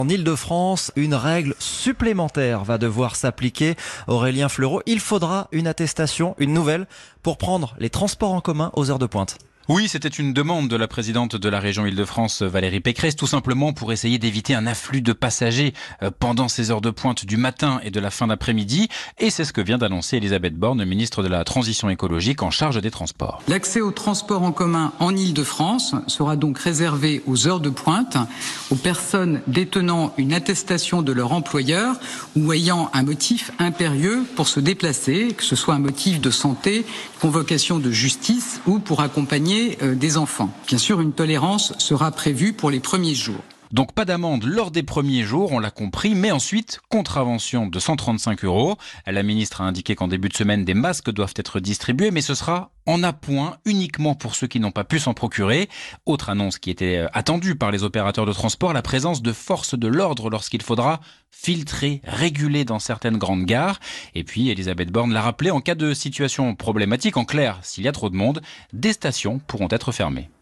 En Île-de-France, une règle supplémentaire va devoir s'appliquer. Aurélien Fleureau, il faudra une attestation, une nouvelle, pour prendre les transports en commun aux heures de pointe. Oui, c'était une demande de la présidente de la région Île-de-France, Valérie Pécresse, tout simplement pour essayer d'éviter un afflux de passagers pendant ces heures de pointe du matin et de la fin d'après-midi. Et c'est ce que vient d'annoncer Elisabeth Borne, ministre de la Transition écologique en charge des transports. L'accès aux transports en commun en Île-de-France sera donc réservé aux heures de pointe, aux personnes détenant une attestation de leur employeur ou ayant un motif impérieux pour se déplacer, que ce soit un motif de santé, convocation de justice ou pour accompagner des enfants. Bien sûr, une tolérance sera prévue pour les premiers jours. Donc pas d'amende lors des premiers jours, on l'a compris, mais ensuite, contravention de 135 €. La ministre a indiqué qu'en début de semaine, des masques doivent être distribués, mais ce sera en appoint uniquement pour ceux qui n'ont pas pu s'en procurer. Autre annonce qui était attendue par les opérateurs de transport, la présence de forces de l'ordre lorsqu'il faudra filtrer, réguler dans certaines grandes gares. Et puis, Elisabeth Borne l'a rappelé, en cas de situation problématique, en clair, s'il y a trop de monde, des stations pourront être fermées.